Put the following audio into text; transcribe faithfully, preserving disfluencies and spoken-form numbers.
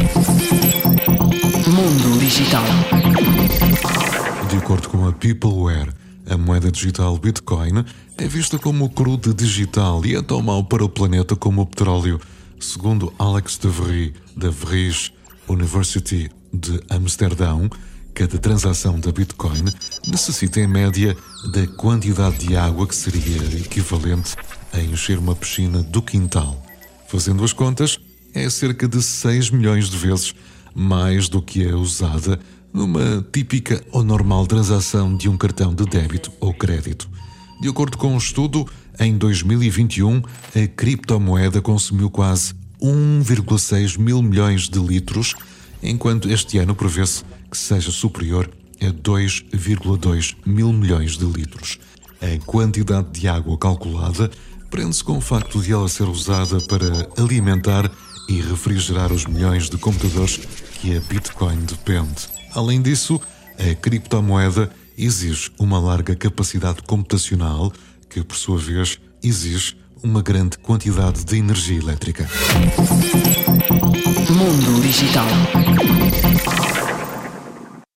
Mundo Digital. De acordo com a Peopleware, a moeda digital Bitcoin é vista como o crude digital e é tão mau para o planeta como o petróleo. Segundo Alex de Vries, da Vries University de Amsterdão, cada transação da Bitcoin necessita em média da quantidade de água que seria equivalente a encher uma piscina do quintal. Fazendo as contas, é cerca de seis milhões de vezes mais do que é usada numa típica ou normal transação de um cartão de débito ou crédito. De acordo com um estudo, em dois mil e vinte e um, a criptomoeda consumiu quase um vírgula seis mil milhões de litros, enquanto este ano prevê-se que seja superior a dois vírgula dois mil milhões de litros. A quantidade de água calculada prende-se com o facto de ela ser usada para alimentar e refrigerar os milhões de computadores que a Bitcoin depende. Além disso, a criptomoeda exige uma larga capacidade computacional, que por sua vez exige uma grande quantidade de energia elétrica. Mundo Digital.